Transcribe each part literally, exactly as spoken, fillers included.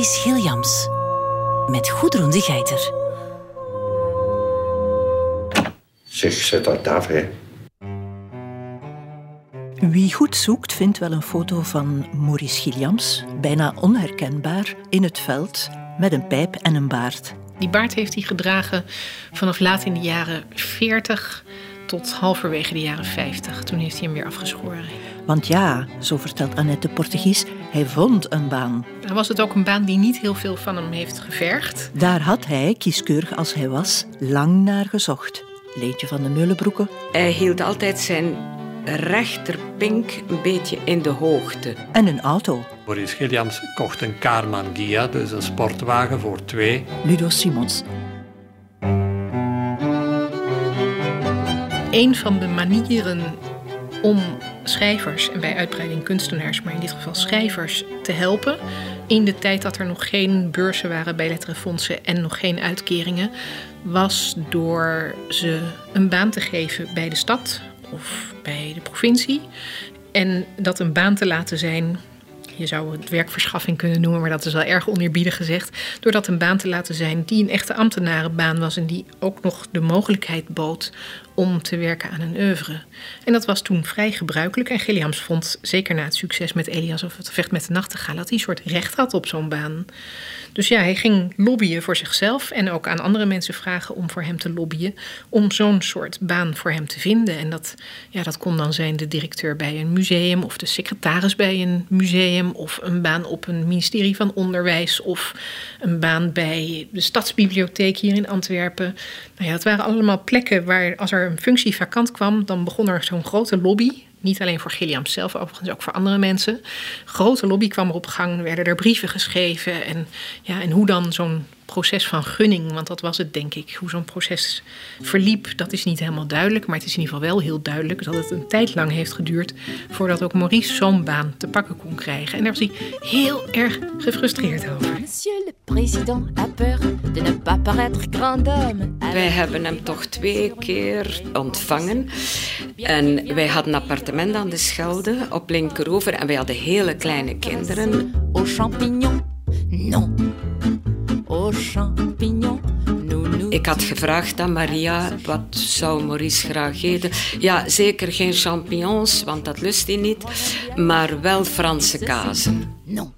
Maurice Gilliams. Met Gudrun de Geiter. Zeg, zet dat af, hè. Wie goed zoekt, vindt wel een foto van Maurice Gilliams, bijna onherkenbaar, in het veld, met een pijp en een baard. Die baard heeft hij gedragen vanaf laat in de jaren veertig tot halverwege de jaren vijftig. Toen heeft hij hem weer afgeschoren. Want ja, zo vertelt Annette de Portegies, hij vond een baan. Dan was het ook een baan die niet heel veel van hem heeft gevergd. Daar had hij, kieskeurig als hij was, lang naar gezocht. Leentje van de Meulenbroeke. Hij hield altijd zijn rechterpink een beetje in de hoogte. En een auto. Maurice Gilliams kocht een Karmann Ghia, dus een sportwagen voor twee. Ludo Simons. Een van de manieren om schrijvers, en bij uitbreiding kunstenaars, maar in dit geval schrijvers, te helpen, in de tijd dat er nog geen beurzen waren bij letterenfondsen en nog geen uitkeringen, was door ze een baan te geven bij de stad of bij de provincie. En dat een baan te laten zijn, je zou het werkverschaffing kunnen noemen, maar dat is wel erg oneerbiedig gezegd, door dat een baan te laten zijn die een echte ambtenarenbaan was en die ook nog de mogelijkheid bood om te werken aan een oeuvre. En dat was toen vrij gebruikelijk. En Gilliams vond, zeker na het succes met Elias of het Gevecht met de Nachtegaal, dat hij een soort recht had op zo'n baan. Dus ja, hij ging lobbyen voor zichzelf en ook aan andere mensen vragen om voor hem te lobbyen, om zo'n soort baan voor hem te vinden. En dat, ja, dat kon dan zijn de directeur bij een museum of de secretaris bij een museum of een baan op een ministerie van Onderwijs of een baan bij de Stadsbibliotheek hier in Antwerpen. Nou ja, dat waren allemaal plekken waar als er een functie vakant kwam, dan begon er zo'n grote lobby. Niet alleen voor Gilliams zelf, overigens ook voor andere mensen. Grote lobby kwam er op gang, werden er brieven geschreven. En, ja, en hoe dan zo'n proces van gunning, want dat was het denk ik, hoe zo'n proces verliep, dat is niet helemaal duidelijk. Maar het is in ieder geval wel heel duidelijk dat het een tijd lang heeft geduurd voordat ook Maurice zo'n baan te pakken kon krijgen. En daar was hij heel erg gefrustreerd over. Monsieur le président a peur de ne pas paraître grand homme. Wij hebben hem toch twee keer ontvangen. En wij hadden een appartement aan de Schelde op Linkeroever en wij hadden hele kleine kinderen. Aux champignons, non. Aux champignons, nous, nous. Ik had gevraagd aan Maria, wat zou Maurice graag eten? Ja, zeker geen champignons, want dat lust hij niet. Maar wel Franse kazen. Non.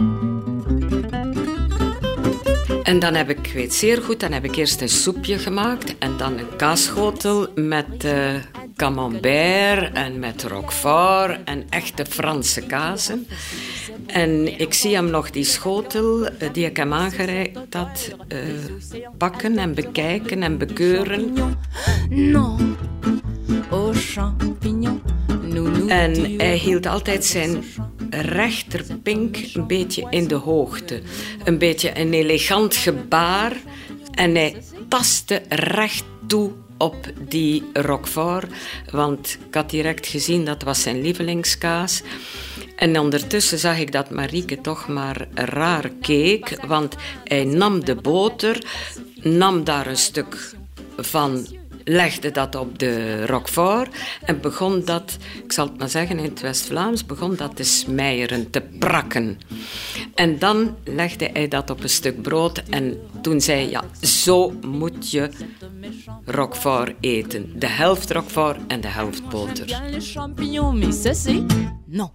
En dan heb ik, ik weet zeer goed, dan heb ik eerst een soepje gemaakt en dan een kaasschotel met uh, camembert en met roquefort en echte Franse kazen. En ik zie hem nog die schotel uh, die ik hem aangereikt had uh, pakken en bekijken en bekeuren. Non. Aux champignons, nous, nous. En hij hield altijd zijn rechterpink een beetje in de hoogte. Een beetje een elegant gebaar. En hij tastte recht toe op die roquefort. Want ik had direct gezien, dat was zijn lievelingskaas. En ondertussen zag ik dat Marieke toch maar raar keek. Want hij nam de boter, nam daar een stuk van, legde dat op de roquefort en begon dat, ik zal het maar zeggen in het West-Vlaams, begon dat te smijeren, te prakken. En dan legde hij dat op een stuk brood en toen zei hij, ja, zo moet je roquefort eten. De helft roquefort en de helft boter. Les champignons, mais ça c'est non.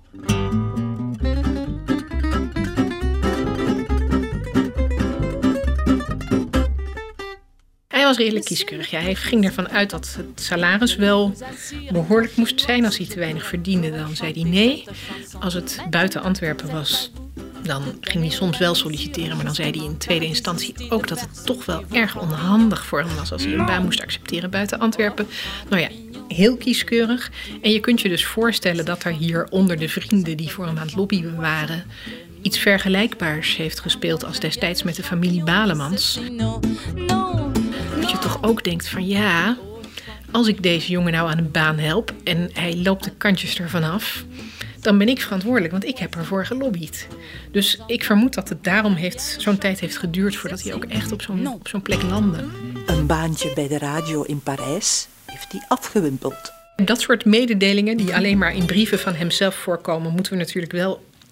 Hij was redelijk kieskeurig. Ja, hij ging ervan uit dat het salaris wel behoorlijk moest zijn. Als hij te weinig verdiende, dan zei hij nee. Als het buiten Antwerpen was, dan ging hij soms wel solliciteren. Maar dan zei hij in tweede instantie ook dat het toch wel erg onhandig voor hem was als hij een baan moest accepteren buiten Antwerpen. Nou ja, heel kieskeurig. En je kunt je dus voorstellen dat er hier onder de vrienden die voor hem aan het lobbyen waren iets vergelijkbaars heeft gespeeld als destijds met de familie Balemans. Dat je toch ook denkt van ja, als ik deze jongen nou aan een baan help en hij loopt de kantjes ervan af, dan ben ik verantwoordelijk, want ik heb ervoor gelobbyd. Dus ik vermoed dat het daarom heeft, zo'n tijd heeft geduurd voordat hij ook echt op zo'n, op zo'n plek landde. Een baantje bij de radio in Parijs heeft hij afgewimpeld. Dat soort mededelingen die alleen maar in brieven van hemzelf voorkomen, moeten we natuurlijk wel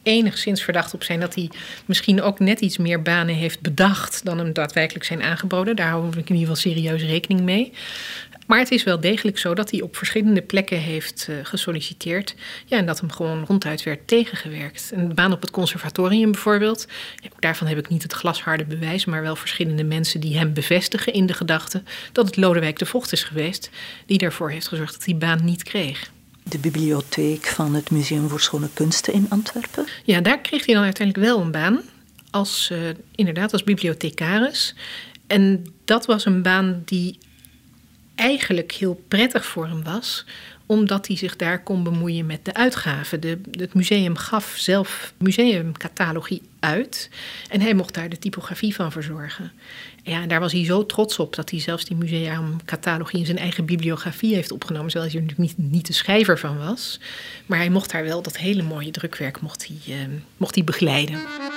enigszins verdacht op zijn dat hij misschien ook net iets meer banen heeft bedacht dan hem daadwerkelijk zijn aangeboden. Daar houden we in ieder geval serieus rekening mee. Maar het is wel degelijk zo dat hij op verschillende plekken heeft uh, gesolliciteerd. Ja, en dat hem gewoon ronduit werd tegengewerkt. Een baan op het conservatorium bijvoorbeeld. Ja, daarvan heb ik niet het glasharde bewijs, maar wel verschillende mensen die hem bevestigen in de gedachte dat het Lodewijk de Vocht is geweest die ervoor heeft gezorgd dat hij die baan niet kreeg. De bibliotheek van het Museum voor Schone Kunsten in Antwerpen? Ja, daar kreeg hij dan uiteindelijk wel een baan. Als, uh, inderdaad, als bibliothecaris. En dat was een baan die eigenlijk heel prettig voor hem was, omdat hij zich daar kon bemoeien met de uitgaven. De, het museum gaf zelf museumcatalogie uit en hij mocht daar de typografie van verzorgen. Ja, en daar was hij zo trots op dat hij zelfs die museumcatalogie in zijn eigen bibliografie heeft opgenomen, terwijl hij er natuurlijk niet, niet de schrijver van was. Maar hij mocht daar wel dat hele mooie drukwerk mocht hij, uh, mocht hij begeleiden.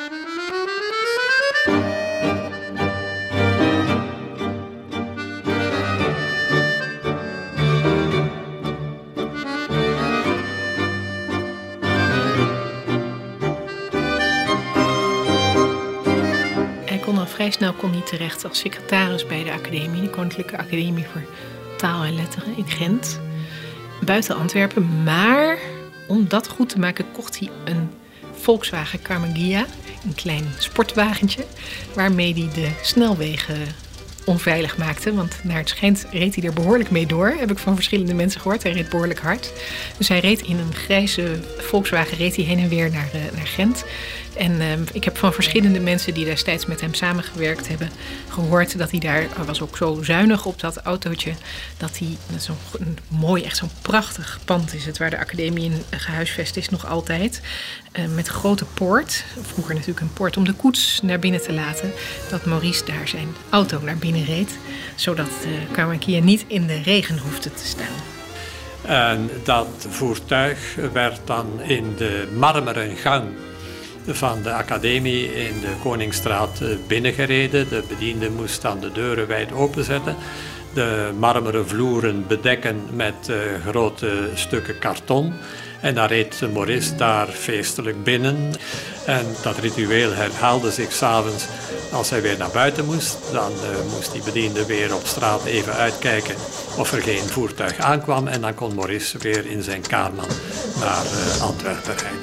Vrij snel kon hij terecht als secretaris bij de academie, de Koninklijke Academie voor Taal en Letteren in Gent, buiten Antwerpen. Maar om dat goed te maken kocht hij een Volkswagen Karmann Ghia, een klein sportwagentje, waarmee hij de snelwegen onveilig maakte. Want naar het schijnt reed hij er behoorlijk mee door, heb ik van verschillende mensen gehoord. Hij reed behoorlijk hard. Dus hij reed in een grijze Volkswagen reed hij heen en weer naar, uh, naar Gent. En uh, ik heb van verschillende mensen die destijds met hem samengewerkt hebben gehoord dat hij daar, hij was ook zo zuinig op dat autootje, dat hij, zo'n mooi, echt zo'n prachtig pand is het, waar de academie in gehuisvest is nog altijd, uh, met een grote poort, vroeger natuurlijk een poort om de koets naar binnen te laten, dat Maurice daar zijn auto naar binnen reed, zodat de Karmann Ghia niet in de regen hoefde te staan. En dat voertuig werd dan in de marmeren gang van de academie in de Koningsstraat binnengereden. De bediende moest dan de deuren wijd openzetten. De marmeren vloeren bedekken met uh, grote stukken karton. En dan reed Maurice daar feestelijk binnen. En dat ritueel herhaalde zich 's avonds als hij weer naar buiten moest. Dan uh, moest die bediende weer op straat even uitkijken of er geen voertuig aankwam. En dan kon Maurice weer in zijn Karmann naar uh, Antwerpen rijden.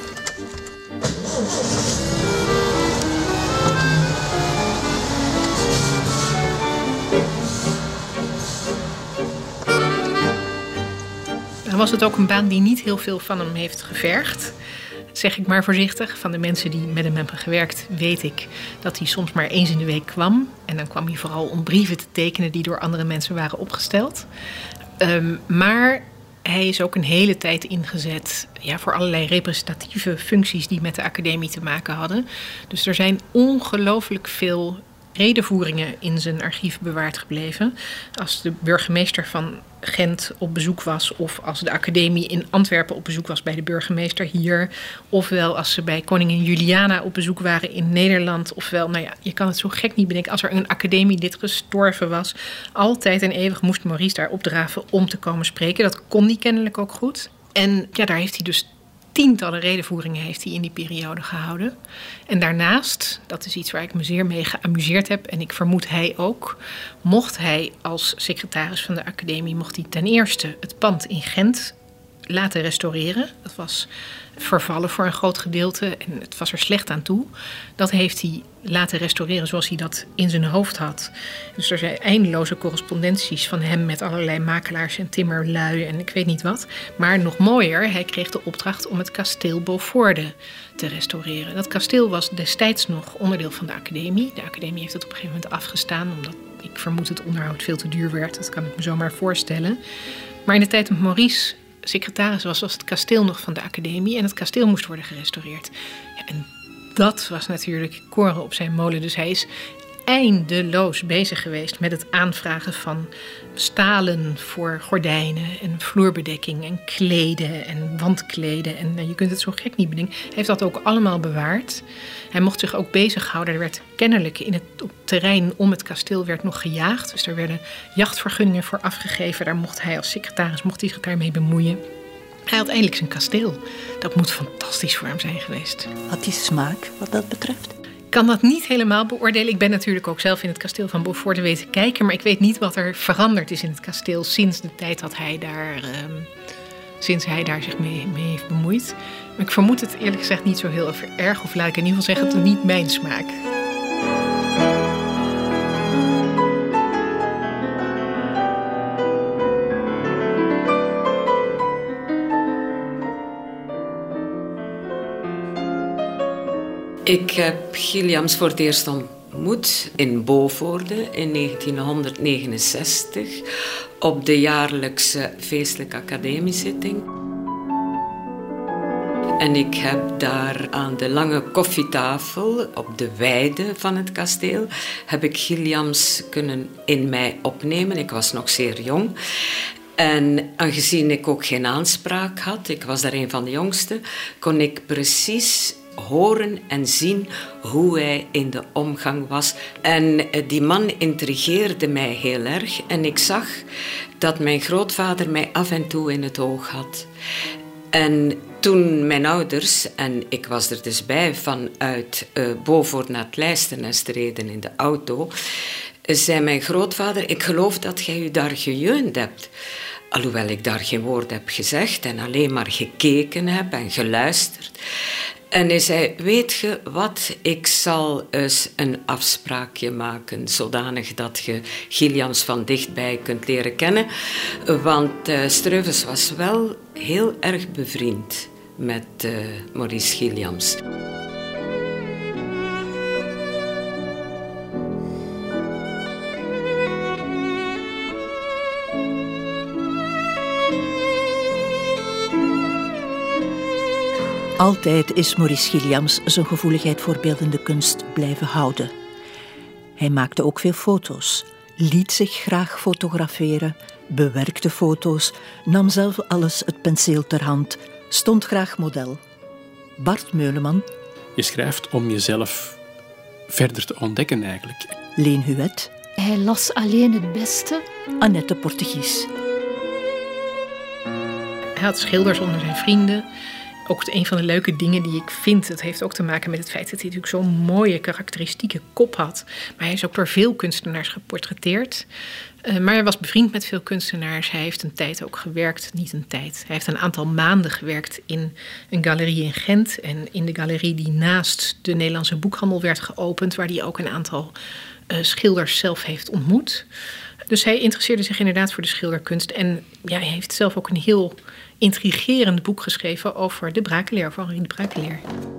Dan was het ook een baan die niet heel veel van hem heeft gevergd. Zeg ik maar voorzichtig. Van de mensen die met hem hebben gewerkt weet ik dat hij soms maar eens in de week kwam. En dan kwam hij vooral om brieven te tekenen die door andere mensen waren opgesteld. Um, maar hij is ook een hele tijd ingezet ja, voor allerlei representatieve functies die met de academie te maken hadden. Dus er zijn ongelooflijk veel redevoeringen in zijn archief bewaard gebleven. Als de burgemeester van Gent op bezoek was, of als de academie in Antwerpen op bezoek was bij de burgemeester hier, ofwel als ze bij koningin Juliana op bezoek waren in Nederland, ofwel, nou ja, je kan het zo gek niet bedenken, als er een academielid gestorven was, altijd en eeuwig moest Maurice daar opdraven om te komen spreken. Dat kon hij kennelijk ook goed. En ja, daar heeft hij dus tientallen redevoeringen heeft hij in die periode gehouden. En daarnaast, dat is iets waar ik me zeer mee geamuseerd heb, en ik vermoed hij ook, mocht hij als secretaris van de academie, mocht hij ten eerste het pand in Gent laten restaureren. Dat was vervallen voor een groot gedeelte en het was er slecht aan toe. Dat heeft hij laten restaureren zoals hij dat in zijn hoofd had. Dus er zijn eindeloze correspondenties van hem met allerlei makelaars en timmerlui en ik weet niet wat. Maar nog mooier, hij kreeg de opdracht om het kasteel Beauforde te restaureren. Dat kasteel was destijds nog onderdeel van de academie. De academie heeft het op een gegeven moment afgestaan, omdat ik vermoed het onderhoud veel te duur werd. Dat kan ik me zomaar voorstellen. Maar in de tijd dat Maurice secretaris was, was het kasteel nog van de academie en het kasteel moest worden gerestaureerd. Ja, en dat was natuurlijk koren op zijn molen. Dus hij is eindeloos bezig geweest met het aanvragen van stalen voor gordijnen en vloerbedekking en kleden en wandkleden. En nou, je kunt het zo gek niet bedenken. Hij heeft dat ook allemaal bewaard. Hij mocht zich ook bezighouden. Er werd kennelijk in het op het terrein om het kasteel werd nog gejaagd. Dus er werden jachtvergunningen voor afgegeven. Daar mocht hij als secretaris mocht hij zich daarmee bemoeien. Hij had eindelijk zijn kasteel. Dat moet fantastisch voor hem zijn geweest. Had hij smaak wat dat betreft? Ik kan dat niet helemaal beoordelen. Ik ben natuurlijk ook zelf in het kasteel van Beaufort wezen kijken, maar ik weet niet wat er veranderd is in het kasteel sinds de tijd dat hij daar, um, sinds hij daar zich mee, mee heeft bemoeid. Maar ik vermoed het eerlijk gezegd niet zo heel erg, of laat ik in ieder geval zeggen, het is niet mijn smaak. Ik heb Gilliams voor het eerst ontmoet in Beaufort in negentienhonderdnegenenzestig op de jaarlijkse feestelijke academiezitting. En ik heb daar aan de lange koffietafel op de weide van het kasteel heb ik Gilliams kunnen in mij opnemen. Ik was nog zeer jong. En aangezien ik ook geen aanspraak had, ik was daar een van de jongsten, kon ik precies horen en zien hoe hij in de omgang was. En die man intrigeerde mij heel erg. En ik zag dat mijn grootvader mij af en toe in het oog had. En toen mijn ouders, en ik was er dus bij, vanuit uh, Beaufort naar het Lijstennest reden in de auto, zei mijn grootvader, ik geloof dat jij je daar gejeund hebt. Alhoewel ik daar geen woord heb gezegd en alleen maar gekeken heb en geluisterd. En hij zei, weet je wat, ik zal eens een afspraakje maken, zodanig dat je Gilliams van dichtbij kunt leren kennen. Want uh, Streuvels was wel heel erg bevriend met uh, Maurice Gilliams. Altijd is Maurice Gilliams zijn gevoeligheid voor beeldende kunst blijven houden. Hij maakte ook veel foto's, liet zich graag fotograferen, bewerkte foto's, nam zelf alles het penseel ter hand, stond graag model. Bart Meuleman. Je schrijft om jezelf verder te ontdekken eigenlijk. Leen Huet. Hij las alleen het beste. Annette Portegies. Hij had schilders onder zijn vrienden. Ook een van de leuke dingen die ik vind, het heeft ook te maken met het feit dat hij natuurlijk zo'n mooie karakteristieke kop had. Maar hij is ook door veel kunstenaars geportretteerd. Uh, maar hij was bevriend met veel kunstenaars. Hij heeft een tijd ook gewerkt, niet een tijd. Hij heeft een aantal maanden gewerkt in een galerie in Gent. En in de galerie die naast de Nederlandse boekhandel werd geopend, waar hij ook een aantal uh, schilders zelf heeft ontmoet. Dus hij interesseerde zich inderdaad voor de schilderkunst. En ja, hij heeft zelf ook een heel intrigerend boek geschreven over de Braceleer, van Henri de Braceleer.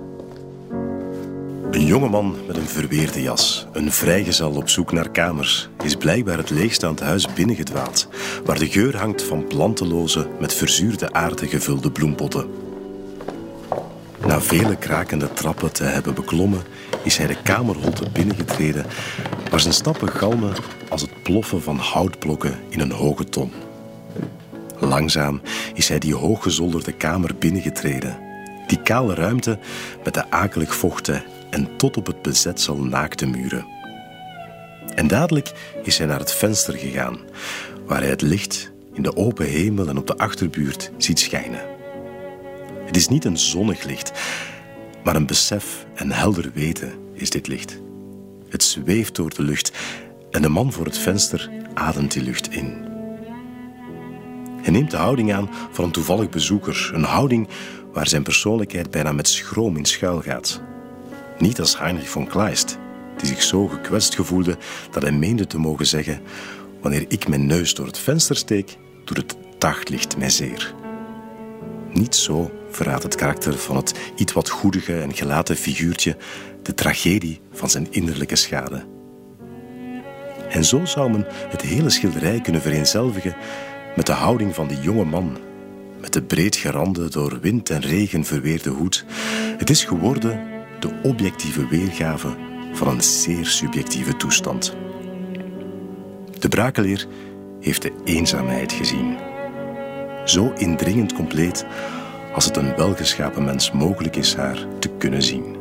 Een jongeman met een verweerde jas, een vrijgezel op zoek naar kamers, is blijkbaar het leegstaand huis binnengedwaald, waar de geur hangt van planteloze, met verzuurde aarde gevulde bloempotten. Na vele krakende trappen te hebben beklommen, is hij de kamerholte binnengetreden, waar zijn stappen galmen als het ploffen van houtblokken in een hoge ton. Langzaam is hij die hooggezolderde kamer binnengetreden. Die kale ruimte met de akelig vochte en tot op het bezetsel naakte muren. En dadelijk is hij naar het venster gegaan, waar hij het licht in de open hemel en op de achterbuurt ziet schijnen. Het is niet een zonnig licht, maar een besef en helder weten is dit licht. Het zweeft door de lucht en de man voor het venster ademt die lucht in. Hij neemt de houding aan van een toevallig bezoeker. Een houding waar zijn persoonlijkheid bijna met schroom in schuil gaat. Niet als Heinrich von Kleist, die zich zo gekwetst gevoelde dat hij meende te mogen zeggen: wanneer ik mijn neus door het venster steek, doet het daglicht mij zeer. Niet zo verraadt het karakter van het iets wat goedige en gelaten figuurtje de tragedie van zijn innerlijke schade. En zo zou men het hele schilderij kunnen vereenzelvigen met de houding van die jonge man, met de breedgerande, door wind en regen verweerde hoed. Het is geworden de objectieve weergave van een zeer subjectieve toestand. De Braceleer heeft de eenzaamheid gezien. Zo indringend compleet als het een welgeschapen mens mogelijk is haar te kunnen zien.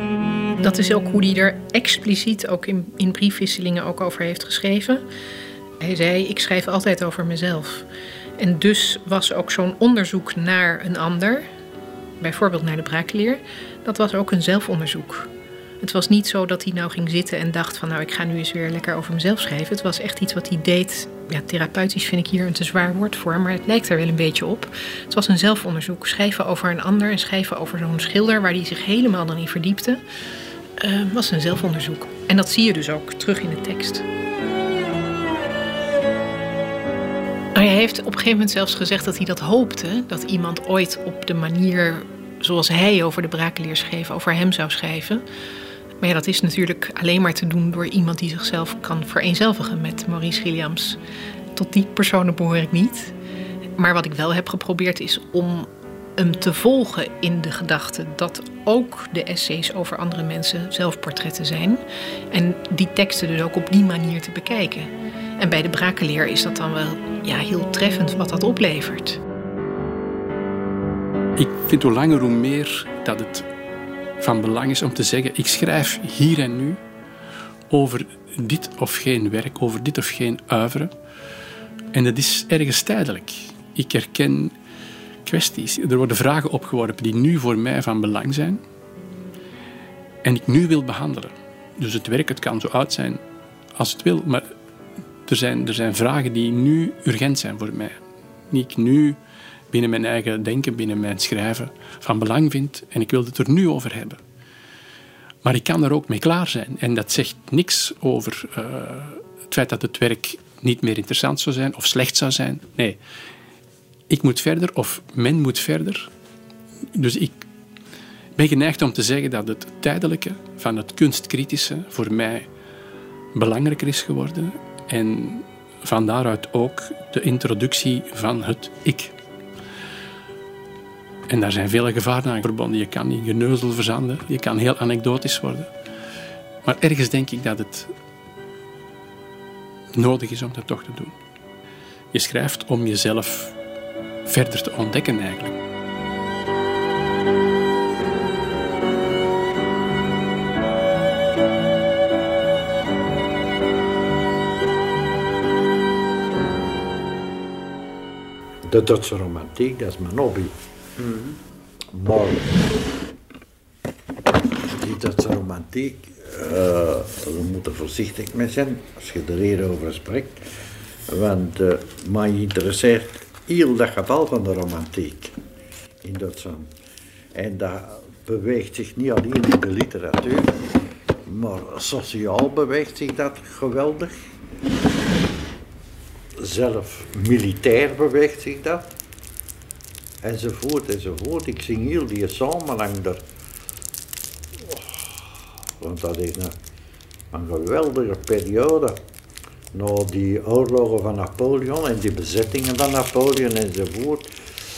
Dat is ook hoe hij er expliciet ook in, in briefwisselingen ook over heeft geschreven. Hij zei, ik schrijf altijd over mezelf. En dus was ook zo'n onderzoek naar een ander, bijvoorbeeld naar de braakleer, dat was ook een zelfonderzoek. Het was niet zo dat hij nou ging zitten en dacht van nou, ik ga nu eens weer lekker over mezelf schrijven. Het was echt iets wat hij deed. Ja, therapeutisch vind ik hier een te zwaar woord voor, maar het lijkt er wel een beetje op. Het was een zelfonderzoek. Schrijven over een ander en schrijven over zo'n schilder waar hij zich helemaal dan in verdiepte, uh, was een zelfonderzoek. En dat zie je dus ook terug in de tekst. Hij heeft op een gegeven moment zelfs gezegd dat hij dat hoopte, dat iemand ooit op de manier zoals hij over de braakleer schreef, over hem zou schrijven. Maar ja, dat is natuurlijk alleen maar te doen door iemand die zichzelf kan vereenzelvigen met Maurice Gilliams. Tot die personen behoor ik niet. Maar wat ik wel heb geprobeerd is om hem te volgen in de gedachte dat ook de essays over andere mensen zelfportretten zijn. En die teksten dus ook op die manier te bekijken. En bij de braakleer is dat dan wel ja, heel treffend wat dat oplevert. Ik vind hoe langer hoe meer dat het van belang is om te zeggen, ik schrijf hier en nu over dit of geen werk, over dit of geen oeuvre. En dat is ergens tijdelijk. Ik herken kwesties. Er worden vragen opgeworpen die nu voor mij van belang zijn en ik nu wil behandelen. Dus het werk, het kan zo oud zijn als het wil, maar er zijn, er zijn vragen die nu urgent zijn voor mij. Die ik nu binnen mijn eigen denken, binnen mijn schrijven van belang vind en ik wil het er nu over hebben. Maar ik kan er ook mee klaar zijn. En dat zegt niks over uh, het feit dat het werk niet meer interessant zou zijn of slecht zou zijn. Nee, ik moet verder of men moet verder. Dus ik ben geneigd om te zeggen dat het tijdelijke van het kunstkritische voor mij belangrijker is geworden. En van daaruit ook de introductie van het ik. En daar zijn vele gevaren aan verbonden. Je kan in geneuzel verzanden, je kan heel anekdotisch worden. Maar ergens denk ik dat het nodig is om dat toch te doen. Je schrijft om jezelf verder te ontdekken eigenlijk. De Duitse romantiek, dat is mijn hobby. Mm-hmm. Maar die Duitse romantiek, uh, we moeten voorzichtig mee zijn als je er hier over spreekt. Want uh, mij interesseert heel dat geval van de romantiek in Duitsland. En dat beweegt zich niet alleen in de literatuur, maar sociaal beweegt zich dat geweldig. Zelf militair beweegt zich dat. Enzovoort, enzovoort. Ik zing heel die samenhang er. Oh, want dat is een, een geweldige periode. Na die oorlogen van Napoleon en die bezettingen van Napoleon enzovoort.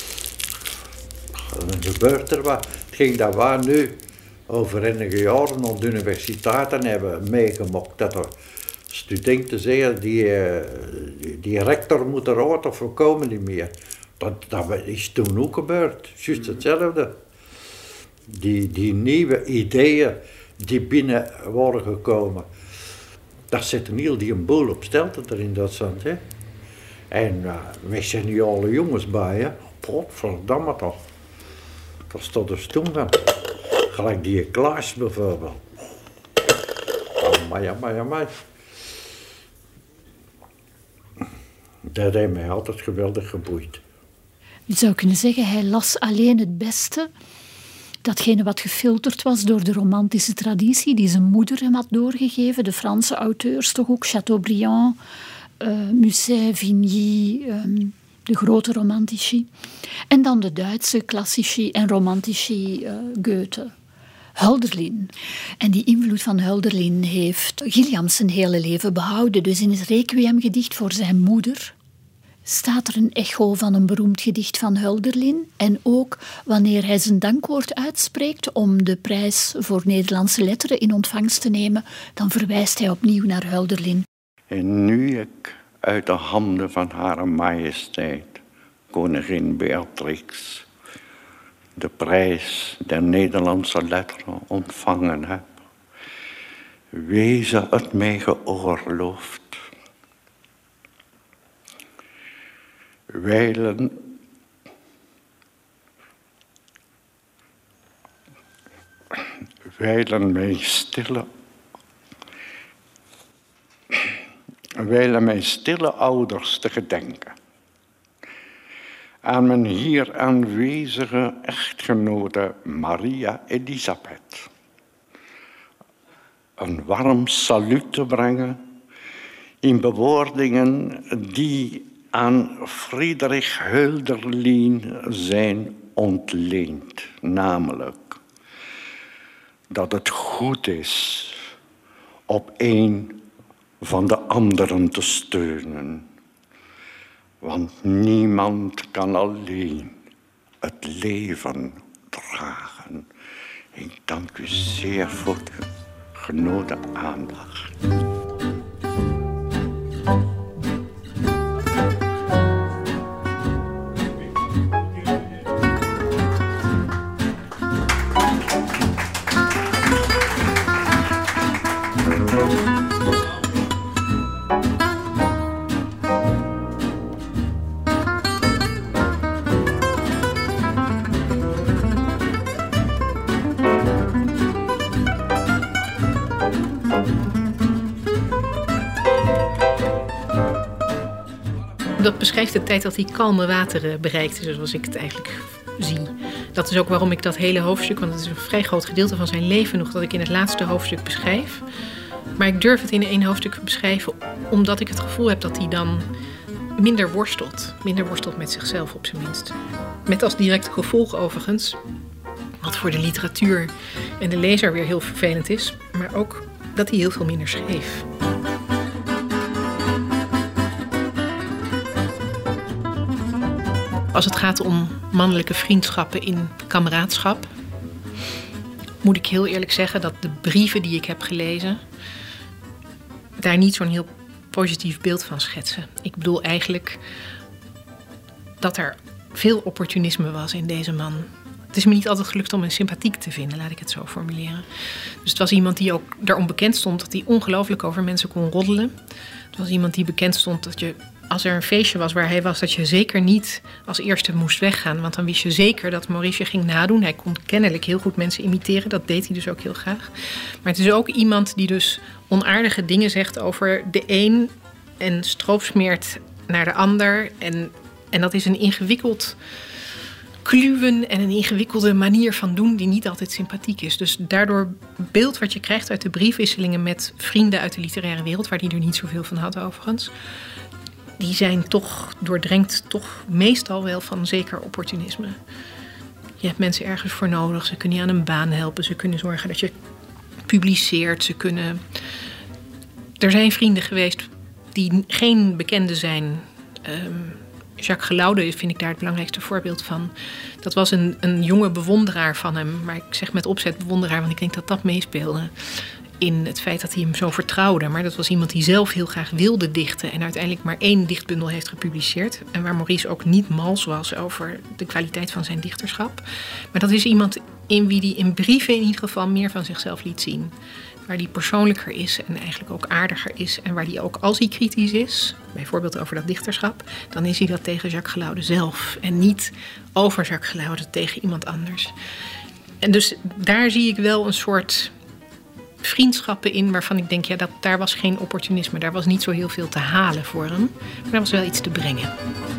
En gebeurt er wat. Het ging dat waar nu over enige jaren op de universiteiten hebben meegemaakt dat er studenten zeggen die, die, die rector moet eruit of we komen niet meer. Dat, dat is toen ook gebeurd, juist hetzelfde. Die, die nieuwe ideeën die binnen waren gekomen, dat zet een heel die een boel op stelte er in Duitsland. Hè? En uh, wij zijn niet alle jongens bij, hè. Godverdamme toch. Dat staat er toen van. Gelijk die Klaas bijvoorbeeld. Amai, amai, amai. Dat heeft mij altijd geweldig geboeid. Je zou kunnen zeggen, hij las alleen het beste. Datgene wat gefilterd was door de romantische traditie die zijn moeder hem had doorgegeven. De Franse auteurs toch ook, Chateaubriand, uh, Musset, Vigny, um, de grote romantici. En dan de Duitse klassici en romantici, uh, Goethe. Hölderlin. En die invloed van Hölderlin heeft Gilliams zijn hele leven behouden. Dus in het requiemgedicht voor zijn moeder staat er een echo van een beroemd gedicht van Hölderlin. En ook wanneer hij zijn dankwoord uitspreekt om de prijs voor Nederlandse letteren in ontvangst te nemen, dan verwijst hij opnieuw naar Hölderlin. En nu ik uit de handen van Hare Majesteit, koningin Beatrix, de prijs der Nederlandse letteren ontvangen heb, wezen het mij geoorloofd wijlen wijlen mijn stille wijlen mijn stille ouders te gedenken, aan mijn hier aanwezige echtgenote Maria Elisabeth een warm saluut te brengen in bewoordingen die aan Friedrich Hölderlin zijn ontleend, namelijk dat het goed is op een van de anderen te steunen, want niemand kan alleen het leven dragen. Ik dank u zeer voor de genoten aandacht. Dat beschrijft de tijd dat hij kalme wateren bereikte, zoals ik het eigenlijk zie. Dat is ook waarom ik dat hele hoofdstuk, want het is een vrij groot gedeelte van zijn leven nog, dat ik in het laatste hoofdstuk beschrijf. Maar ik durf het in één hoofdstuk te beschrijven, omdat ik het gevoel heb dat hij dan minder worstelt. Minder worstelt met zichzelf op zijn minst. Met als directe gevolg overigens, wat voor de literatuur en de lezer weer heel vervelend is, maar ook dat hij heel veel minder schreef. Als het gaat om mannelijke vriendschappen in kameraadschap, moet ik heel eerlijk zeggen dat de brieven die ik heb gelezen daar niet zo'n heel positief beeld van schetsen. Ik bedoel eigenlijk dat er veel opportunisme was in deze man. Het is me niet altijd gelukt om hem sympathiek te vinden, laat ik het zo formuleren. Dus het was iemand die ook daarom bekend stond dat hij ongelooflijk over mensen kon roddelen. Het was iemand die bekend stond dat je, als er een feestje was waar hij was, dat je zeker niet als eerste moest weggaan. Want dan wist je zeker dat Maurice je ging nadoen. Hij kon kennelijk heel goed mensen imiteren. Dat deed hij dus ook heel graag. Maar het is ook iemand die dus onaardige dingen zegt over de een en stroopsmeert naar de ander. En, en dat is een ingewikkeld kluwen en een ingewikkelde manier van doen die niet altijd sympathiek is. Dus daardoor beeld wat je krijgt uit de briefwisselingen met vrienden uit de literaire wereld, waar die er niet zoveel van had overigens, die zijn toch doordrenkt toch meestal wel van zeker opportunisme. Je hebt mensen ergens voor nodig, ze kunnen je aan een baan helpen, ze kunnen zorgen dat je publiceert, ze kunnen. Er zijn vrienden geweest die geen bekenden zijn. Um, Jacques Gelaude vind ik daar het belangrijkste voorbeeld van. Dat was een, een jonge bewonderaar van hem. Maar ik zeg met opzet bewonderaar, want ik denk dat dat meespeelde in het feit dat hij hem zo vertrouwde. Maar dat was iemand die zelf heel graag wilde dichten en uiteindelijk maar één dichtbundel heeft gepubliceerd. En waar Maurice ook niet mals was over de kwaliteit van zijn dichterschap. Maar dat is iemand in wie hij in brieven in ieder geval meer van zichzelf liet zien. Waar die persoonlijker is en eigenlijk ook aardiger is. En waar die ook, als hij kritisch is, bijvoorbeeld over dat dichterschap, dan is hij dat tegen Jacques Gelaude zelf. En niet over Jacques Gelaude tegen iemand anders. En dus daar zie ik wel een soort vriendschappen in waarvan ik denk, ja, dat, daar was geen opportunisme. Daar was niet zo heel veel te halen voor hem. Maar daar was wel iets te brengen.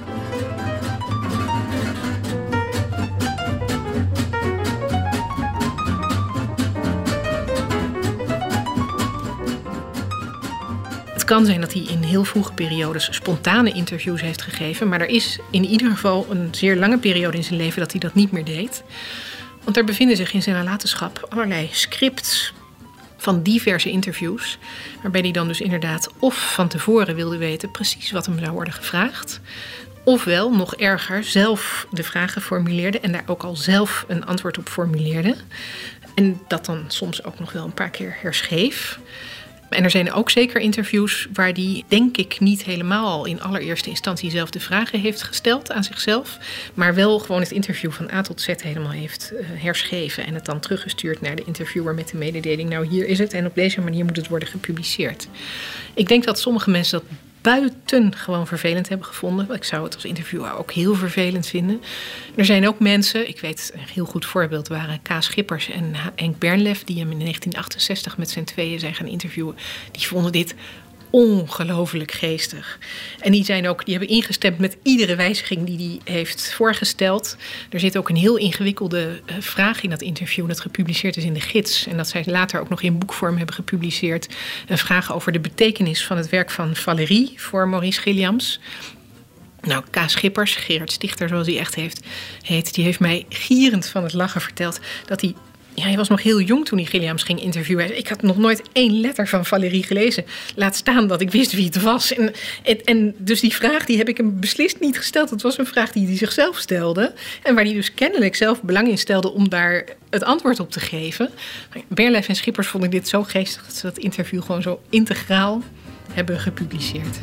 Het kan zijn dat hij in heel vroege periodes spontane interviews heeft gegeven. Maar er is in ieder geval een zeer lange periode in zijn leven dat hij dat niet meer deed. Want er bevinden zich in zijn nalatenschap allerlei scripts van diverse interviews. Waarbij hij dan dus inderdaad of van tevoren wilde weten precies wat hem zou worden gevraagd. Ofwel, nog erger, zelf de vragen formuleerde en daar ook al zelf een antwoord op formuleerde. En dat dan soms ook nog wel een paar keer herschreef. En er zijn ook zeker interviews waar hij, denk ik, niet helemaal al in allereerste instantie zelf de vragen heeft gesteld aan zichzelf. Maar wel gewoon het interview van A tot Z helemaal heeft uh, herschreven. En het dan teruggestuurd naar de interviewer met de mededeling. Nou, hier is het en op deze manier moet het worden gepubliceerd. Ik denk dat sommige mensen dat buitengewoon vervelend hebben gevonden. Ik zou het als interviewer ook heel vervelend vinden. Er zijn ook mensen, ik weet een heel goed voorbeeld waren K. Schippers en Henk Bernlef, die hem in negentien achtenzestig met z'n tweeën zijn gaan interviewen. Die vonden dit ongelooflijk geestig. En die zijn ook, die hebben ingestemd met iedere wijziging die hij heeft voorgesteld. Er zit ook een heel ingewikkelde uh, vraag in dat interview dat gepubliceerd is in de gids. En dat zij later ook nog in boekvorm hebben gepubliceerd. Een vraag over de betekenis van het werk van Valérie voor Maurice Gilliams. Nou, K. Schippers, Gerard Stichter zoals hij echt heeft, heet, die heeft mij gierend van het lachen verteld dat hij... Ja, hij was nog heel jong toen hij Gilliams ging interviewen. Ik had nog nooit één letter van Valérie gelezen. Laat staan dat ik wist wie het was. En, en, en dus die vraag die heb ik hem beslist niet gesteld. Het was een vraag die hij zichzelf stelde. En waar hij dus kennelijk zelf belang in stelde om daar het antwoord op te geven. Bernlef en Schippers vonden dit zo geestig dat ze dat interview gewoon zo integraal hebben gepubliceerd.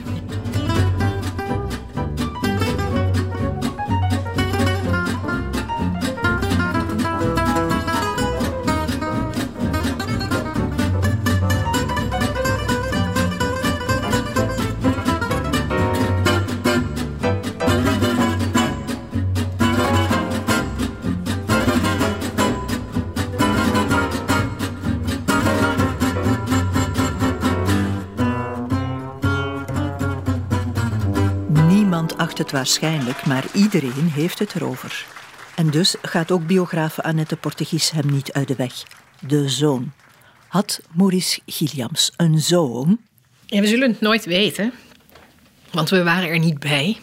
Acht het waarschijnlijk, maar iedereen heeft het erover. En dus gaat ook biografe Annette Portegies hem niet uit de weg. De zoon. Had Maurice Gilliams een zoon? Ja, we zullen het nooit weten, want we waren er niet bij.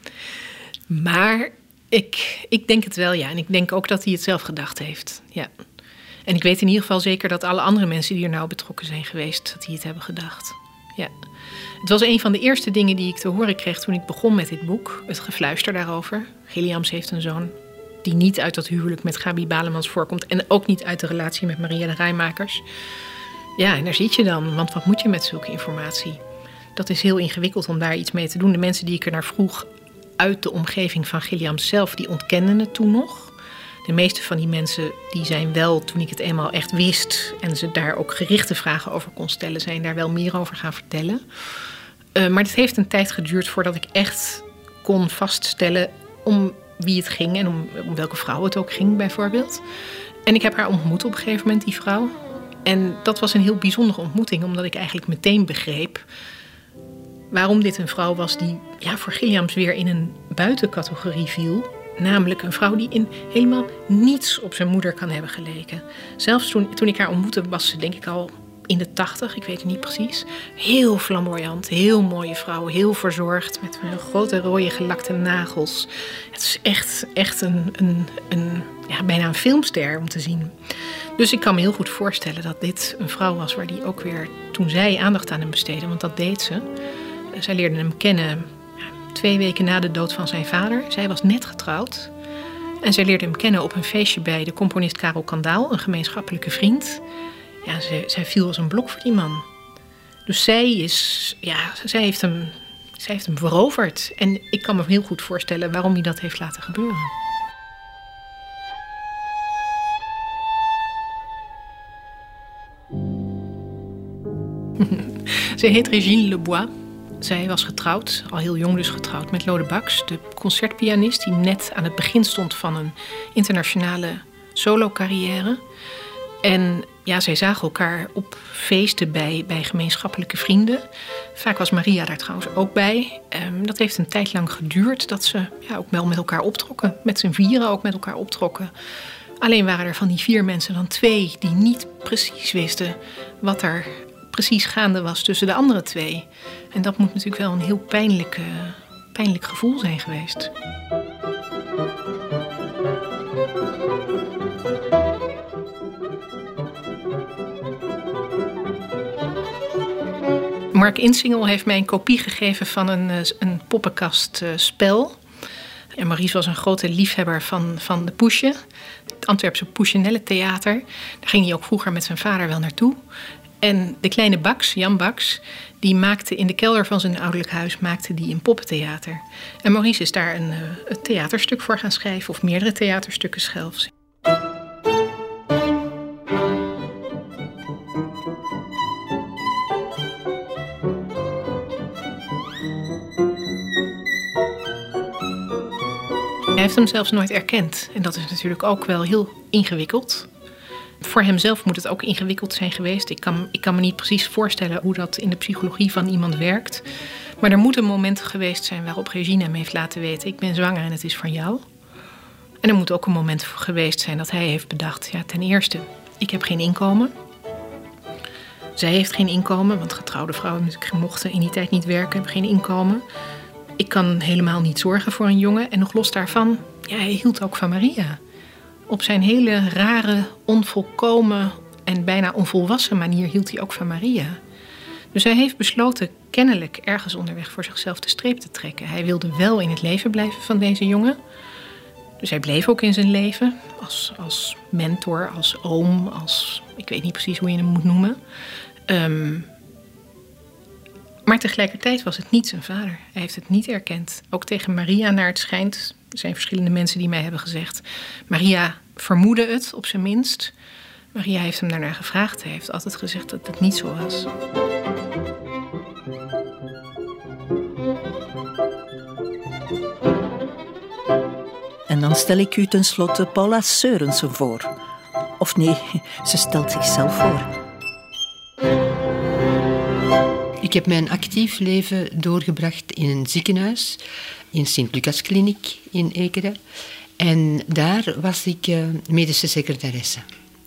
Maar ik, ik denk het wel, ja. En ik denk ook dat hij het zelf gedacht heeft, ja. En ik weet in ieder geval zeker dat alle andere mensen die er nou betrokken zijn geweest, dat die het hebben gedacht, ja. Het was een van de eerste dingen die ik te horen kreeg toen ik begon met dit boek. Het gefluister daarover. Gilliams heeft een zoon die niet uit dat huwelijk met Gabi Balemans voorkomt. En ook niet uit de relatie met Maria de Rijmakers. Ja, en daar zit je dan. Want wat moet je met zulke informatie? Dat is heel ingewikkeld om daar iets mee te doen. De mensen die ik er naar vroeg uit de omgeving van Gilliams zelf, die ontkenden het toen nog. De meeste van die mensen die zijn wel, toen ik het eenmaal echt wist en ze daar ook gerichte vragen over kon stellen, zijn daar wel meer over gaan vertellen. Uh, maar het heeft een tijd geduurd voordat ik echt kon vaststellen om wie het ging en om, om welke vrouw het ook ging bijvoorbeeld. En ik heb haar ontmoet op een gegeven moment, die vrouw. En dat was een heel bijzondere ontmoeting, omdat ik eigenlijk meteen begreep waarom dit een vrouw was die ja, voor Gilliams weer in een buitencategorie viel. Namelijk een vrouw die in helemaal niets op zijn moeder kan hebben geleken. Zelfs toen, toen ik haar ontmoette was ze denk ik al in de tachtig, ik weet het niet precies. Heel flamboyant, heel mooie vrouw, heel verzorgd. Met grote rode gelakte nagels. Het is echt, echt een, een, een, ja, bijna een filmster om te zien. Dus ik kan me heel goed voorstellen dat dit een vrouw was waar die ook weer, toen zij aandacht aan hem besteedde, want dat deed ze. Zij leerde hem kennen twee weken na de dood van zijn vader. Zij was net getrouwd. En zij leerde hem kennen op een feestje bij de componist Karel Kandaal, een gemeenschappelijke vriend. Ja, zij, zij viel als een blok voor die man. Dus zij is, ja, zij heeft hem, zij heeft hem veroverd. En ik kan me heel goed voorstellen waarom hij dat heeft laten gebeuren. Ze heet Régine Lebois. Zij was getrouwd, al heel jong dus getrouwd, met Lode Baks, de concertpianist die net aan het begin stond van een internationale solo-carrière. En ja, zij zagen elkaar op feesten bij, bij gemeenschappelijke vrienden. Vaak was Maria daar trouwens ook bij. Um, dat heeft een tijd lang geduurd dat ze ja, ook wel met elkaar optrokken. Met z'n vieren ook met elkaar optrokken. Alleen waren er van die vier mensen dan twee die niet precies wisten wat er precies gaande was tussen de andere twee. En dat moet natuurlijk wel een heel pijnlijk, uh, pijnlijk gevoel zijn geweest. Mark Insingel heeft mij een kopie gegeven van een, een poppenkastspel. En Maurice was een grote liefhebber van, van de Poesje. Het Antwerpse Poesjenelle Theater. Daar ging hij ook vroeger met zijn vader wel naartoe. En de kleine Baks, Jan Baks, die maakte in de kelder van zijn ouderlijk huis maakte die een poppentheater. En Maurice is daar een, een theaterstuk voor gaan schrijven, of meerdere theaterstukken zelfs. Hij heeft hem zelfs nooit erkend. En dat is natuurlijk ook wel heel ingewikkeld. Voor hemzelf moet het ook ingewikkeld zijn geweest. Ik kan, ik kan me niet precies voorstellen hoe dat in de psychologie van iemand werkt. Maar er moet een moment geweest zijn waarop Regine hem heeft laten weten: ik ben zwanger en het is van jou. En er moet ook een moment geweest zijn dat hij heeft bedacht: ja, ten eerste, ik heb geen inkomen. Zij heeft geen inkomen, want getrouwde vrouwen natuurlijk mochten in die tijd niet werken, hebben geen inkomen. Ik kan helemaal niet zorgen voor een jongen. En nog los daarvan, ja, hij hield ook van Maria. Op zijn hele rare, onvolkomen en bijna onvolwassen manier hield hij ook van Maria. Dus hij heeft besloten kennelijk ergens onderweg voor zichzelf de streep te trekken. Hij wilde wel in het leven blijven van deze jongen. Dus hij bleef ook in zijn leven. Als, als mentor, als oom, als... ik weet niet precies hoe je hem moet noemen. Um, maar tegelijkertijd was het niet zijn vader. Hij heeft het niet erkend. Ook tegen Maria, naar het schijnt... er zijn verschillende mensen die mij hebben gezegd... Maria vermoedde het, op zijn minst. Maria heeft hem daarnaar gevraagd. Hij heeft altijd gezegd dat het niet zo was. En dan stel ik u tenslotte Paula Seurensen voor. Of nee, ze stelt zichzelf voor. Ik heb mijn actief leven doorgebracht in een ziekenhuis, in Sint-Lucas-kliniek in Ekeren. En daar was ik uh, medische secretaresse.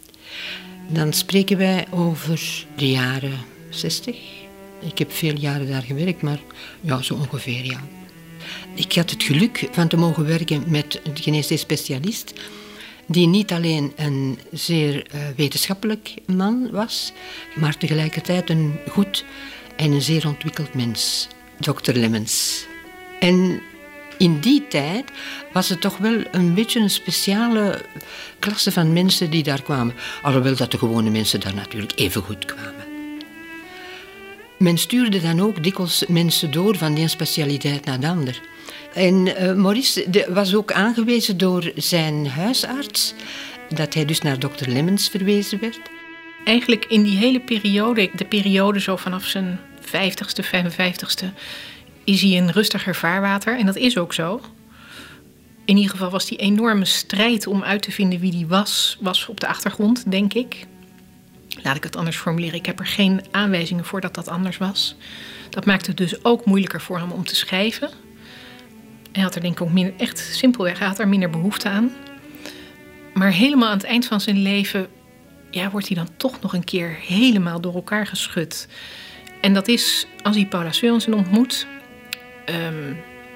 Dan spreken wij over de jaren zestig. Ik heb veel jaren daar gewerkt, maar ja, zo ongeveer, ja. Ik had het geluk van te mogen werken met een geneesheer specialist, die niet alleen een zeer uh, wetenschappelijk man was, maar tegelijkertijd een goed en een zeer ontwikkeld mens, dokter Lemmens. En in die tijd was het toch wel een beetje een speciale klasse van mensen die daar kwamen. Alhoewel dat de gewone mensen daar natuurlijk even goed kwamen. Men stuurde dan ook dikwijls mensen door van de ene specialiteit naar de ander. En uh, Maurice de, was ook aangewezen door zijn huisarts, dat hij dus naar dokter Lemmens verwezen werd. Eigenlijk in die hele periode, de periode zo vanaf zijn vijftigste, vijfenvijftigste... is hij in rustiger vaarwater. En dat is ook zo. In ieder geval was die enorme strijd om uit te vinden wie die was... was op de achtergrond, denk ik. Laat ik het anders formuleren. Ik heb er geen aanwijzingen voor dat dat anders was. Dat maakte het dus ook moeilijker voor hem om te schrijven. Hij had er denk ik ook minder, echt simpelweg, hij had er minder behoefte aan. Maar helemaal aan het eind van zijn leven... ja, wordt hij dan toch nog een keer helemaal door elkaar geschud. En dat is als hij Paula Seurensen ontmoet. Um,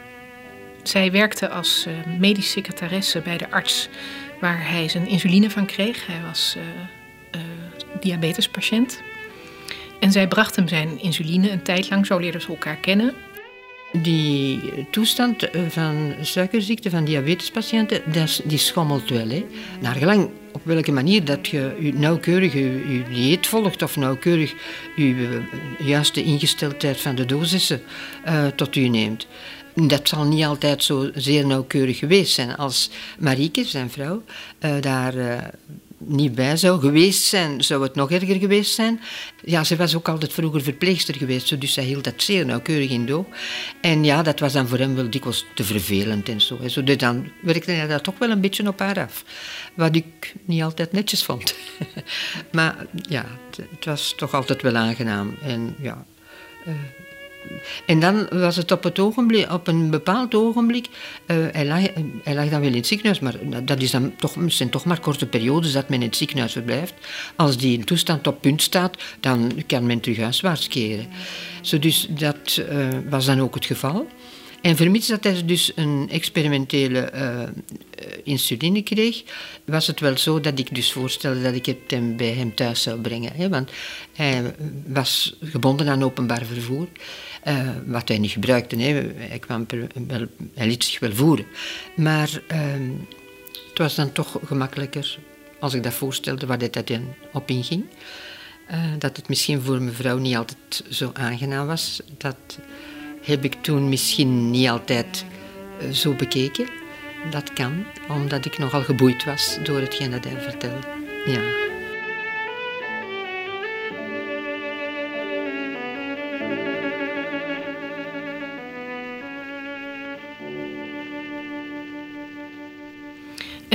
zij werkte als uh, medisch secretaresse bij de arts waar hij zijn insuline van kreeg. Hij was uh, uh, diabetespatiënt. En zij bracht hem zijn insuline een tijd lang, zo leerden ze elkaar kennen. Die toestand van suikerziekte van diabetespatiënten, die schommelt wel. Hè. Naar gelang op welke manier dat je, je nauwkeurig je, je dieet volgt of nauwkeurig je juiste ingesteldheid van de dosissen uh, tot u neemt. Dat zal niet altijd zo zeer nauwkeurig geweest zijn als Marieke, zijn vrouw, uh, daar... Uh, niet bij zou geweest zijn, zou het nog erger geweest zijn. Ja, ze was ook altijd vroeger verpleegster geweest, dus zij hield dat zeer nauwkeurig in doog. En ja, dat was dan voor hem wel dikwijls te vervelend en zo. zo dus dan werkte hij dat toch wel een beetje op haar af. Wat ik niet altijd netjes vond. Maar ja, het, het was toch altijd wel aangenaam. En ja... Uh, En dan was het op, het ogenblik, op een bepaald ogenblik... Uh, hij, lag, hij lag dan wel in het ziekenhuis, maar dat is dan toch, zijn toch maar korte periodes dat men in het ziekenhuis verblijft. Als die toestand op punt staat, dan kan men terug huiswaarts keren. Zo dus dat uh, was dan ook het geval. En vermits dat hij dus een experimentele uh, insuline kreeg, was het wel zo dat ik dus voorstelde dat ik het hem bij hem thuis zou brengen. Hè, want hij was gebonden aan openbaar vervoer, uh, wat hij niet gebruikte. Hè. Hij, kwam per, wel, hij liet zich wel voeren. Maar uh, het was dan toch gemakkelijker, als ik dat voorstelde, waar dit dan op inging. Uh, dat het misschien voor mevrouw niet altijd zo aangenaam was. Dat... heb ik toen misschien niet altijd uh, zo bekeken. Dat kan, omdat ik nogal geboeid was door hetgeen dat hij vertelde. Ja.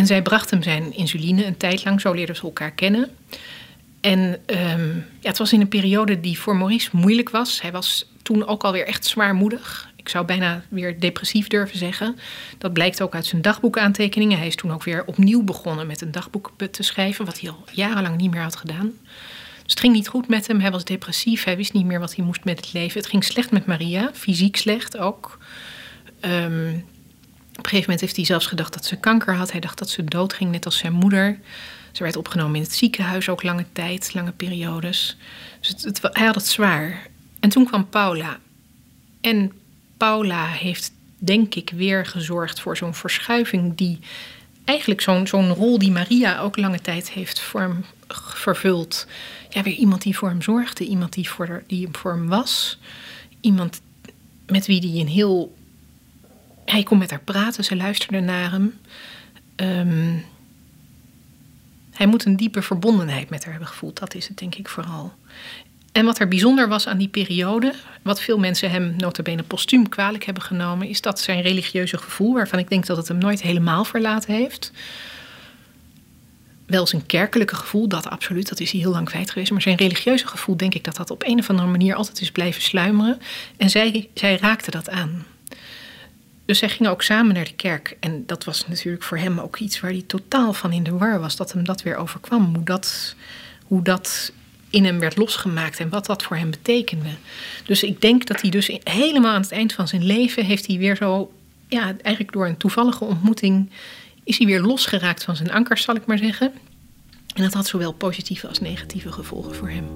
En zij bracht hem zijn insuline een tijd lang, zo leerden ze elkaar kennen. En um, ja, het was in een periode die voor Maurice moeilijk was. Hij was toen ook alweer echt zwaarmoedig. Ik zou bijna weer depressief durven zeggen. Dat blijkt ook uit zijn dagboekaantekeningen. Hij is toen ook weer opnieuw begonnen met een dagboek te schrijven, wat hij al jarenlang niet meer had gedaan. Dus het ging niet goed met hem. Hij was depressief. Hij wist niet meer wat hij moest met het leven. Het ging slecht met Maria, fysiek slecht ook. Um, op een gegeven moment heeft hij zelfs gedacht dat ze kanker had. Hij dacht dat ze doodging, net als zijn moeder. Ze werd opgenomen in het ziekenhuis, ook lange tijd, lange periodes. Dus het, het, hij had het zwaar. En toen kwam Paula. En Paula heeft, denk ik, weer gezorgd voor zo'n verschuiving die eigenlijk zo'n, zo'n rol die Maria ook lange tijd heeft voor hem vervuld. Ja, weer iemand die voor hem zorgde, iemand die voor, die voor hem was. Iemand met wie hij een heel... Hij kon met haar praten, ze luisterde naar hem. Um, hij moet een diepe verbondenheid met haar hebben gevoeld, dat is het denk ik vooral. En wat er bijzonder was aan die periode, wat veel mensen hem nota bene postuum kwalijk hebben genomen, is dat zijn religieuze gevoel, waarvan ik denk dat het hem nooit helemaal verlaten heeft. Wel zijn kerkelijke gevoel, dat absoluut, dat is hij heel lang kwijt geweest. Maar zijn religieuze gevoel, denk ik dat dat op een of andere manier altijd is blijven sluimeren. En zij, zij raakte dat aan. Dus zij gingen ook samen naar de kerk. En dat was natuurlijk voor hem ook iets waar hij totaal van in de war was. Dat hem dat weer overkwam. Hoe dat, hoe dat in hem werd losgemaakt en wat dat voor hem betekende. Dus ik denk dat hij dus helemaal aan het eind van zijn leven heeft hij weer zo, ja, eigenlijk door een toevallige ontmoeting is hij weer losgeraakt van zijn ankers, zal ik maar zeggen. En dat had zowel positieve als negatieve gevolgen voor hem.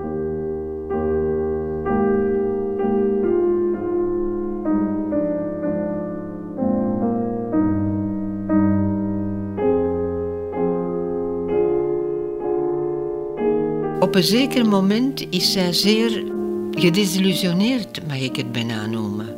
Op een zeker moment is zij zeer gedesillusioneerd, mag ik het bijna noemen.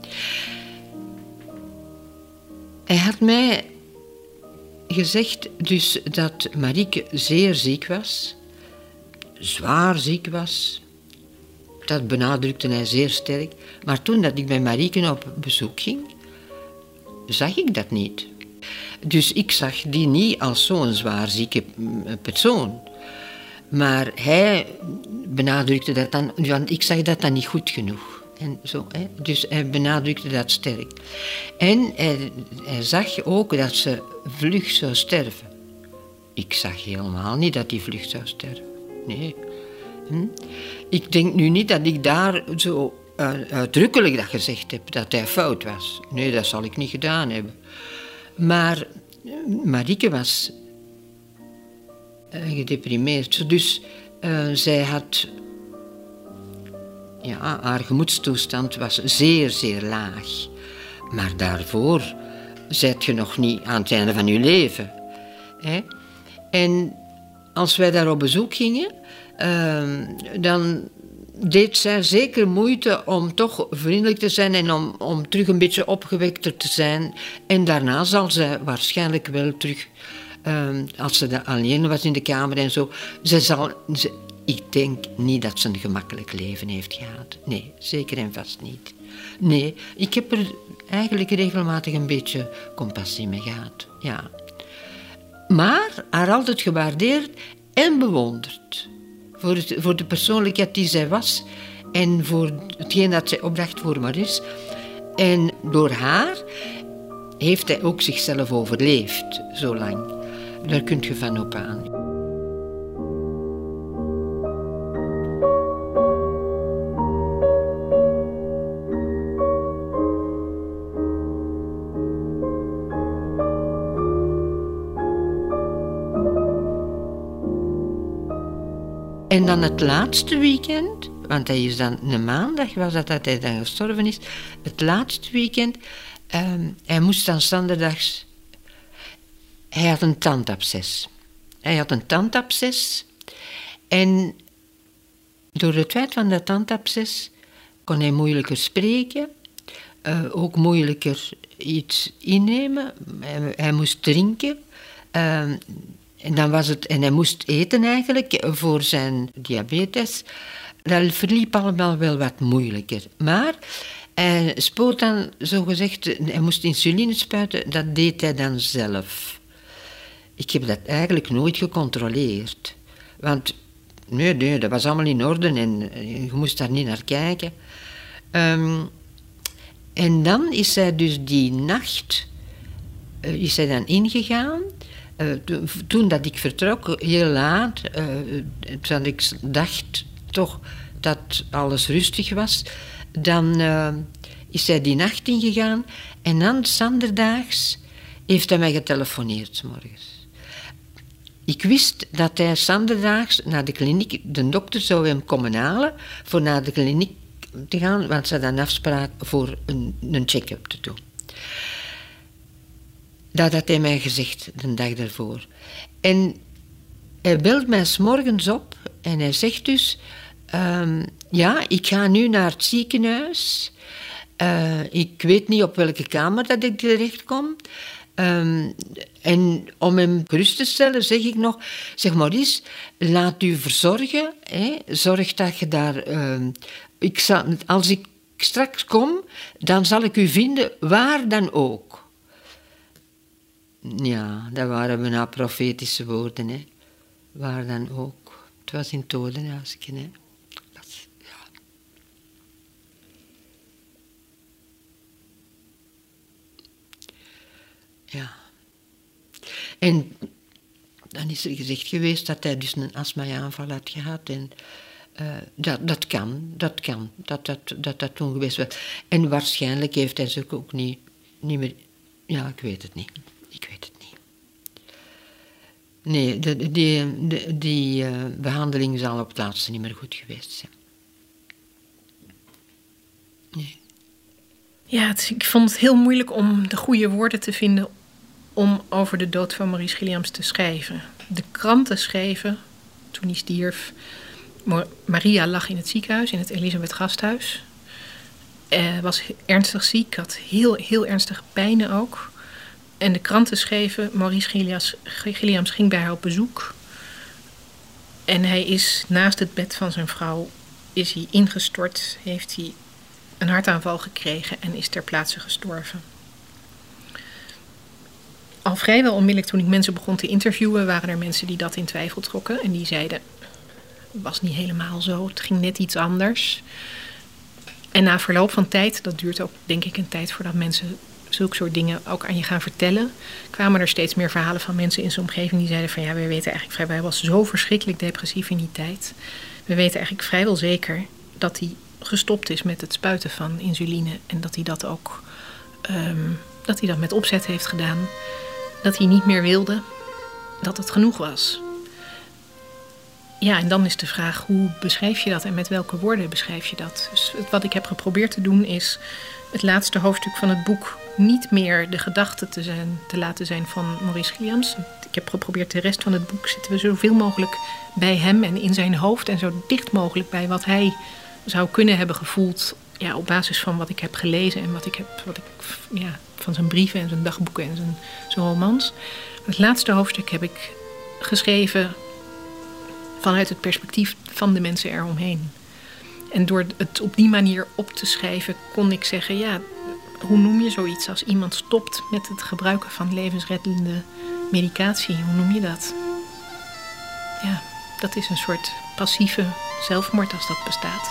Hij had mij gezegd dus dat Marieke zeer ziek was, zwaar ziek was. Dat benadrukte hij zeer sterk. Maar toen dat ik bij Marieke op bezoek ging, zag ik dat niet. Dus ik zag die niet als zo'n zwaar zieke persoon. Maar hij benadrukte dat dan, want ik zag dat dan niet goed genoeg. En zo, hè. Dus hij benadrukte dat sterk. En hij, hij zag ook dat ze vlug zou sterven. Ik zag helemaal niet dat hij vlug zou sterven. Nee. Hm? Ik denk nu niet dat ik daar zo uitdrukkelijk dat gezegd heb, dat hij fout was. Nee, dat zal ik niet gedaan hebben. Maar Marieke was uh, gedeprimeerd. Dus uh, zij had... Ja, haar gemoedstoestand was zeer, zeer laag. Maar daarvoor zijt je nog niet aan het einde van je leven. Hè? En als wij daar op bezoek gingen, uh, dan deed zij zeker moeite om toch vriendelijk te zijn en om, om terug een beetje opgewekter te zijn. En daarna zal zij waarschijnlijk wel terug, uh, als ze daar alleen was in de kamer en zo, ze zal... Ze, ik denk niet dat ze een gemakkelijk leven heeft gehad. Nee, zeker en vast niet. Nee, ik heb er eigenlijk regelmatig een beetje compassie mee gehad. Ja. Maar haar altijd gewaardeerd en bewonderd. Voor, het, voor de persoonlijkheid die zij was en voor hetgeen dat zij opdracht voor Maurice. En door haar heeft hij ook zichzelf overleefd, zo lang. Daar kun je van op aan. En dan het laatste weekend, want hij is dan een maandag, was dat dat hij dan gestorven is. Het laatste weekend, um, hij moest dan zondags... Hij had een tandabsces. Hij had een tandabsces. En door het feit van dat tandabsces kon hij moeilijker spreken. Uh, ook moeilijker iets innemen. Hij, hij moest drinken. Uh, En, dan was het, en hij moest eten eigenlijk voor zijn diabetes. Dat verliep allemaal wel wat moeilijker. Maar hij spoot dan zogezegd, hij moest insuline spuiten, dat deed hij dan zelf. Ik heb dat eigenlijk nooit gecontroleerd. Want nee, nee, dat was allemaal in orde en je moest daar niet naar kijken. Um, en dan is zij dus die nacht uh, is zij dan ingegaan. Uh, toen, toen dat ik vertrok, heel laat, uh, toen ik dacht toch dat alles rustig was, dan uh, is zij die nacht ingegaan en dan zanderdaags heeft hij mij getelefoneerd 's morgens. Ik wist dat hij zanderdaags naar de kliniek, de dokter zou hem komen halen voor naar de kliniek te gaan, want ze hadden een afspraak voor een, een check-up te doen. Dat had hij mij gezegd de dag daarvoor. En hij belt mij 's morgens op en hij zegt dus, um, ja, ik ga nu naar het ziekenhuis. Uh, ik weet niet op welke kamer dat ik terecht kom. Um, en om hem gerust te stellen zeg ik nog, zeg Maurice, laat u verzorgen. Hè. Zorg dat je daar... Uh, ik zal, als ik straks kom, dan zal ik u vinden, waar dan ook. Ja, dat waren bijna profetische woorden. Hè. Waar dan ook. Het was in Todenhuisken, hè. Ja. En dan is er gezegd geweest dat hij dus een astma-aanval had gehad. En uh, dat, dat kan, dat kan, dat dat, dat dat toen geweest was. En waarschijnlijk heeft hij zich ook niet, niet meer... Ja, ik weet het niet. Ik weet het niet. Nee, de, die, de, die uh, behandeling zal op het laatste niet meer goed geweest zijn. Nee. Ja, het, ik vond het heel moeilijk om de goede woorden te vinden om over de dood van Maurice Gilliams te schrijven. De kranten schreven, toen hij stierf, Maria lag in het ziekenhuis, in het Elisabeth Gasthuis. Uh, was ernstig ziek, had heel, heel ernstige pijnen ook. En de kranten schreven, Maurice Gilliams, Gilliams ging bij haar op bezoek. En hij is naast het bed van zijn vrouw is hij ingestort, heeft hij een hartaanval gekregen en is ter plaatse gestorven. Al vrijwel onmiddellijk toen ik mensen begon te interviewen, waren er mensen die dat in twijfel trokken. En die zeiden, het was niet helemaal zo, het ging net iets anders. En na verloop van tijd, dat duurt ook denk ik een tijd voordat mensen zulke soort dingen ook aan je gaan vertellen, kwamen er steeds meer verhalen van mensen in zijn omgeving die zeiden van ja, we weten eigenlijk vrijwel, hij was zo verschrikkelijk depressief in die tijd. We weten eigenlijk vrijwel zeker dat hij gestopt is met het spuiten van insuline en dat hij dat ook um, dat hij dat met opzet heeft gedaan. Dat hij niet meer wilde, dat het genoeg was. Ja, en dan is de vraag, hoe beschrijf je dat en met welke woorden beschrijf je dat? Dus wat ik heb geprobeerd te doen is het laatste hoofdstuk van het boek niet meer de gedachte te, zijn, te laten zijn van Maurice Gilliams. Ik heb geprobeerd de rest van het boek zitten we zoveel mogelijk bij hem en in zijn hoofd en zo dicht mogelijk bij wat hij zou kunnen hebben gevoeld, ja, op basis van wat ik heb gelezen en wat ik heb, wat ik, ja, van zijn brieven en zijn dagboeken en zijn, zijn romans. Het laatste hoofdstuk heb ik geschreven vanuit het perspectief van de mensen eromheen. En door het op die manier op te schrijven kon ik zeggen, ja, hoe noem je zoiets als iemand stopt met het gebruiken van levensreddende medicatie? Hoe noem je dat? Ja, dat is een soort passieve zelfmoord als dat bestaat.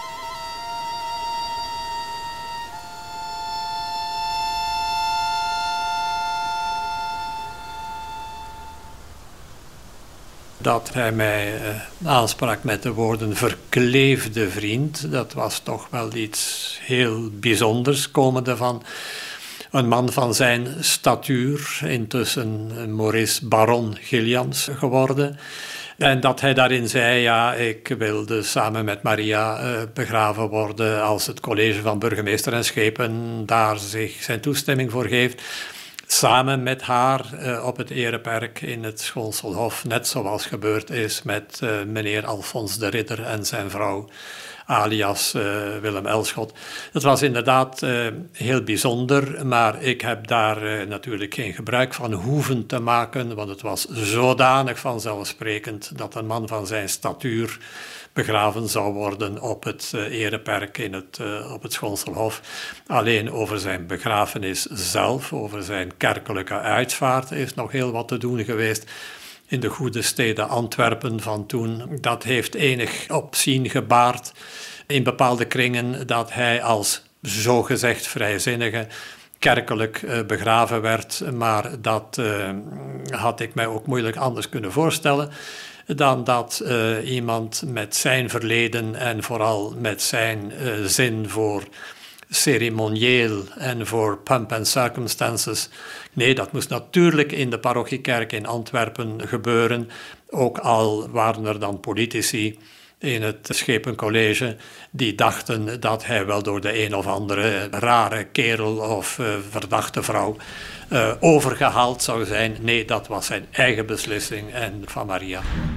Dat hij mij uh, aansprak met de woorden verkleefde vriend, dat was toch wel iets heel bijzonders, komende van een man van zijn statuur, intussen Maurice Baron Gilliams geworden. En dat hij daarin zei, ja, ik wilde samen met Maria uh, begraven worden als het college van burgemeester en schepen daar zich zijn toestemming voor geeft. Samen met haar uh, op het ereperk in het Schoonselhof, net zoals gebeurd is met uh, meneer Alfons de Ridder en zijn vrouw alias uh, Willem Elschot. Het was inderdaad uh, heel bijzonder, maar ik heb daar uh, natuurlijk geen gebruik van hoeven te maken, want het was zodanig vanzelfsprekend dat een man van zijn statuur begraven zou worden op het uh, ereperk in het, uh, op het Schoonselhof. Alleen over zijn begrafenis zelf, over zijn kerkelijke uitvaart, is nog heel wat te doen geweest. In de goede steden Antwerpen van toen. Dat heeft enig opzien gebaard in bepaalde kringen dat hij als zogezegd vrijzinnige kerkelijk uh, begraven werd. Maar dat uh, had ik mij ook moeilijk anders kunnen voorstellen dan dat uh, iemand met zijn verleden en vooral met zijn uh, zin voor ceremonieel en voor pomp and circumstances. Nee, dat moest natuurlijk in de parochiekerk in Antwerpen gebeuren. Ook al waren er dan politici in het Schepencollege die dachten dat hij wel door de een of andere rare kerel of uh, verdachte vrouw uh, overgehaald zou zijn. Nee, dat was zijn eigen beslissing en van Maria.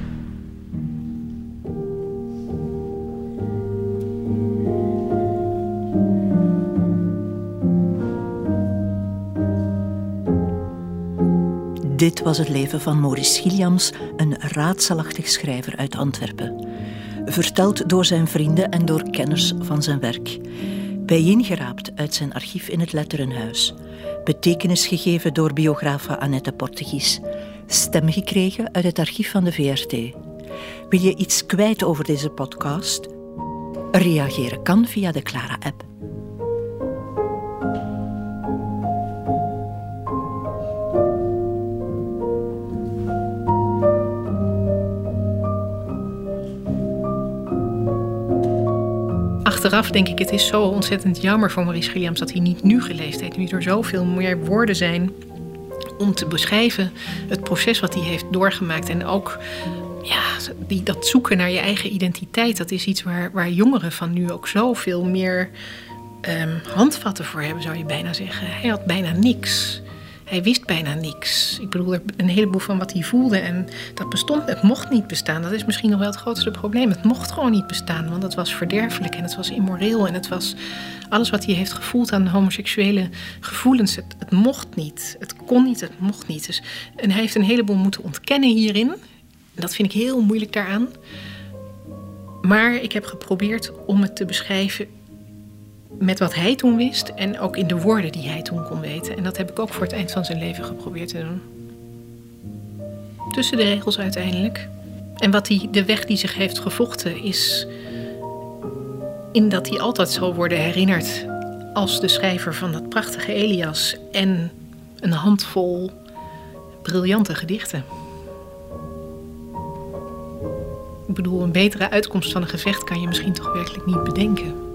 Dit was het leven van Maurice Schiliams, een raadselachtig schrijver uit Antwerpen. Verteld door zijn vrienden en door kenners van zijn werk. Bijeengeraapt uit zijn archief in het Letterenhuis. Betekenis gegeven door biografe Annette Portegies. Stem gekregen uit het archief van de V R T. Wil je iets kwijt over deze podcast? Reageren kan via de Clara-app. Achteraf denk ik, het is zo ontzettend jammer voor Maurice Schiliams dat hij niet nu geleefd heeft. Nu er zoveel meer woorden zijn om te beschrijven het proces wat hij heeft doorgemaakt. En ook ja, die, dat zoeken naar je eigen identiteit, dat is iets waar, waar jongeren van nu ook zoveel meer um, handvatten voor hebben, zou je bijna zeggen. Hij had bijna niks. Hij wist bijna niks. Ik bedoel, een heleboel van wat hij voelde en dat bestond, het mocht niet bestaan. Dat is misschien nog wel het grootste probleem. Het mocht gewoon niet bestaan, want het was verderfelijk en het was immoreel en het was alles wat hij heeft gevoeld aan homoseksuele gevoelens. Het, het mocht niet, het kon niet, het mocht niet. Dus, en hij heeft een heleboel moeten ontkennen hierin. En dat vind ik heel moeilijk daaraan. Maar ik heb geprobeerd om het te beschrijven met wat hij toen wist en ook in de woorden die hij toen kon weten. En dat heb ik ook voor het eind van zijn leven geprobeerd te doen. Tussen de regels uiteindelijk. En wat hij, de weg die zich heeft gevochten is in dat hij altijd zal worden herinnerd als de schrijver van dat prachtige Elias en een handvol briljante gedichten. Ik bedoel, een betere uitkomst van een gevecht kan je misschien toch werkelijk niet bedenken.